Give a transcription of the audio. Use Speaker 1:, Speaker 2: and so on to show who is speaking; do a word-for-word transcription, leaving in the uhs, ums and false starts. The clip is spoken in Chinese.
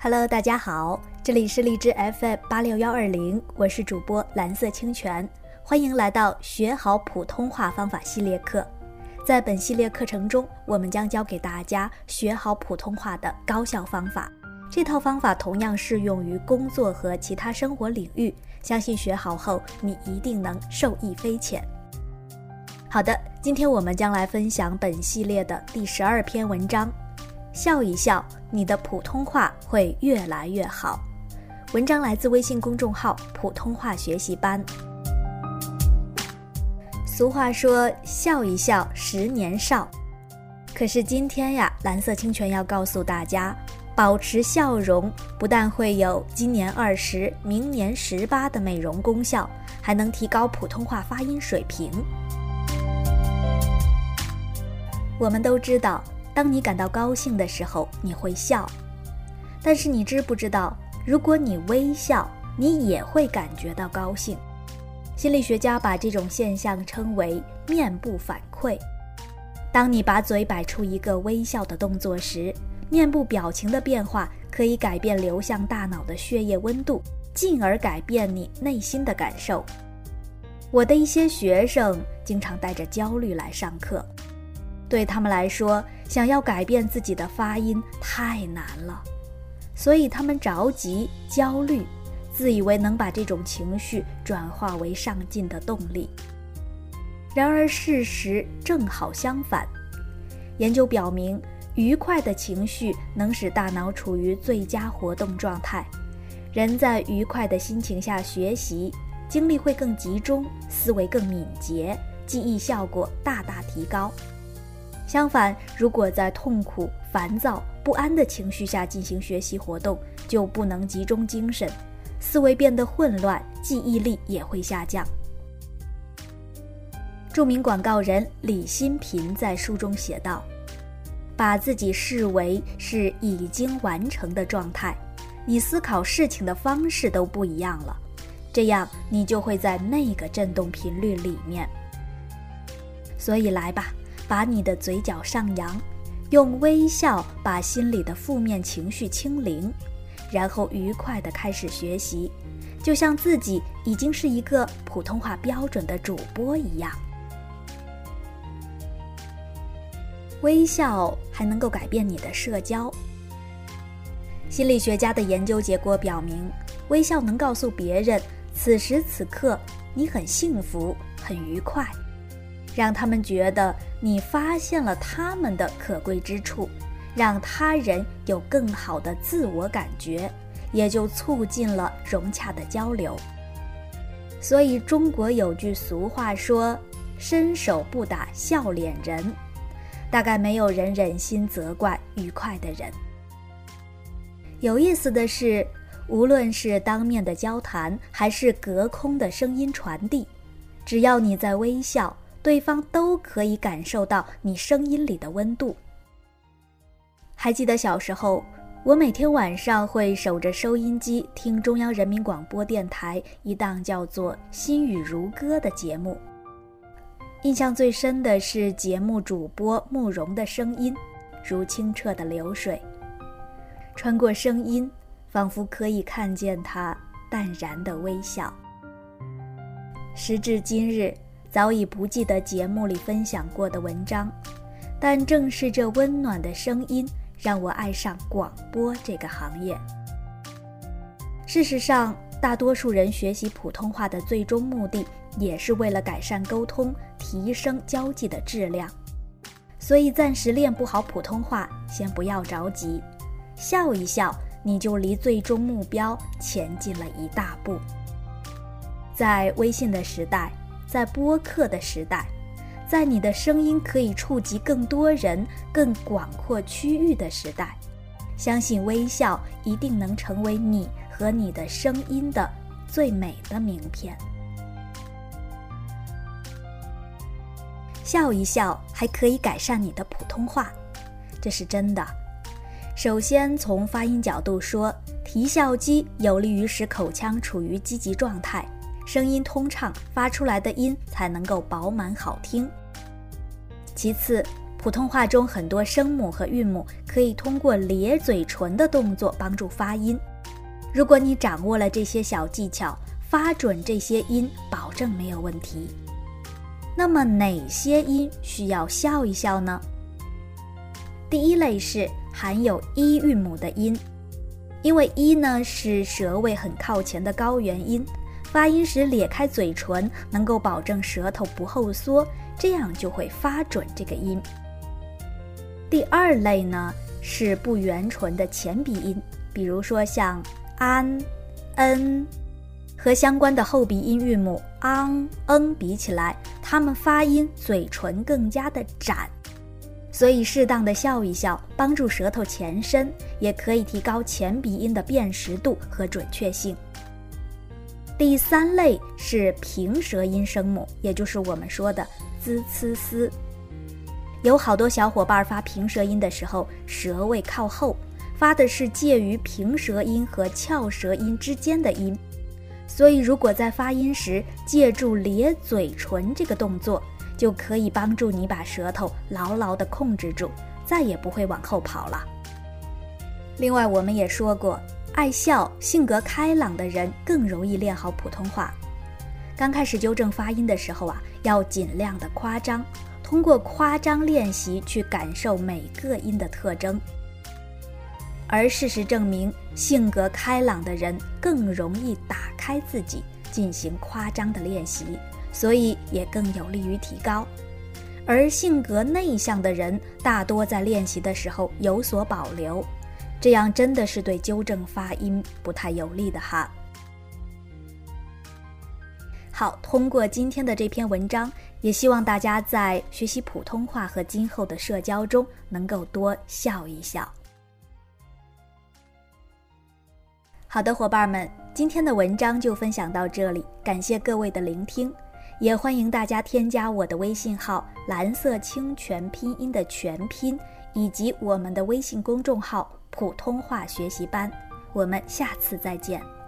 Speaker 1: Hello， 大家好，这里是荔枝 F M 八六一二零，我是主播蓝色清泉，欢迎来到学好普通话方法系列课。在本系列课程中，我们将教给大家学好普通话的高效方法。这套方法同样适用于工作和其他生活领域，相信学好后你一定能受益匪浅。好的，今天我们将来分享本系列的第十二篇文章，笑一笑，你的普通话会越来越好。文章来自微信公众号普通话学习班。俗话说笑一笑十年少，可是今天呀，蓝色清泉要告诉大家，保持笑容不但会有今年二十明年十八的美容功效，还能提高普通话发音水平。我们都知道，当你感到高兴的时候你会笑，但是你知不知道，如果你微笑，你也会感觉到高兴。心理学家把这种现象称为面部反馈。当你把嘴摆出一个微笑的动作时，面部表情的变化可以改变流向大脑的血液温度，进而改变你内心的感受。我的一些学生经常带着焦虑来上课，对他们来说，想要改变自己的发音太难了，所以他们着急、焦虑，自以为能把这种情绪转化为上进的动力。然而事实正好相反。研究表明，愉快的情绪能使大脑处于最佳活动状态。人在愉快的心情下学习，精力会更集中，思维更敏捷，记忆效果大大提高。相反，如果在痛苦、烦躁、不安的情绪下进行学习活动，就不能集中精神，思维变得混乱，记忆力也会下降。著名广告人李新平在书中写道，把自己视为是已经完成的状态，你思考事情的方式都不一样了，这样你就会在那个振动频率里面。所以来吧，把你的嘴角上扬，用微笑把心里的负面情绪清零，然后愉快地开始学习，就像自己已经是一个普通话标准的主播一样。微笑还能够改变你的社交。心理学家的研究结果表明，微笑能告诉别人，此时此刻你很幸福、很愉快，让他们觉得你发现了他们的可贵之处，让他人有更好的自我感觉，也就促进了融洽的交流。所以中国有句俗话说，伸手不打笑脸人，大概没有人忍心责怪愉快的人。有意思的是，无论是当面的交谈，还是隔空的声音传递，只要你在微笑，对方都可以感受到你声音里的温度。还记得小时候，我每天晚上会守着收音机听中央人民广播电台一档叫做《心语如歌》的节目。印象最深的是节目主播慕容的声音，如清澈的流水，穿过声音，仿佛可以看见她淡然的微笑。时至今日，早已不记得节目里分享过的文章，但正是这温暖的声音，让我爱上广播这个行业。事实上，大多数人学习普通话的最终目的，也是为了改善沟通，提升交际的质量。所以暂时练不好普通话，先不要着急，笑一笑，你就离最终目标前进了一大步。在微信的时代，在播客的时代，在你的声音可以触及更多人、更广阔区域的时代，相信微笑一定能成为你和你的声音的最美的名片。笑一笑还可以改善你的普通话，这是真的。首先从发音角度说，提笑肌有利于使口腔处于积极状态，声音通畅，发出来的音才能够饱满好听。其次， 普通话中很多声母和韵母可以通过咧嘴唇的动作帮助发音。如果你掌握了这些小技巧，发准这些音，保证没有问题。那么哪些音需要笑一笑呢？第一类是含有一韵母的音，因为一呢是舌位很靠前的高元音，发音时咧开嘴唇，能够保证舌头不后缩，这样就会发准这个音。第二类呢是不圆唇的前鼻音，比如说像安、恩，和相关的后鼻音韵母昂、嗯比起来，它们发音嘴唇更加的展，所以适当的笑一笑，帮助舌头前伸，也可以提高前鼻音的辨识度和准确性。第三类是平舌音声母，也就是我们说的滋、呲、丝。有好多小伙伴发平舌音的时候，舌位靠后，发的是介于平舌音和翘舌音之间的音，所以如果在发音时借助咧嘴唇这个动作，就可以帮助你把舌头牢牢地控制住，再也不会往后跑了。另外我们也说过，爱笑、性格开朗的人更容易练好普通话。刚开始纠正发音的时候啊，要尽量的夸张，通过夸张练习去感受每个音的特征。而事实证明，性格开朗的人更容易打开自己，进行夸张的练习，所以也更有利于提高。而性格内向的人大多在练习的时候有所保留，这样真的是对纠正发音不太有利的哈。好，通过今天的这篇文章，也希望大家在学习普通话和今后的社交中能够多笑一笑。好的，伙伴们，今天的文章就分享到这里，感谢各位的聆听，也欢迎大家添加我的微信号蓝色清泉拼音的全拼，以及我们的微信公众号普通话学习班，我们下次再见。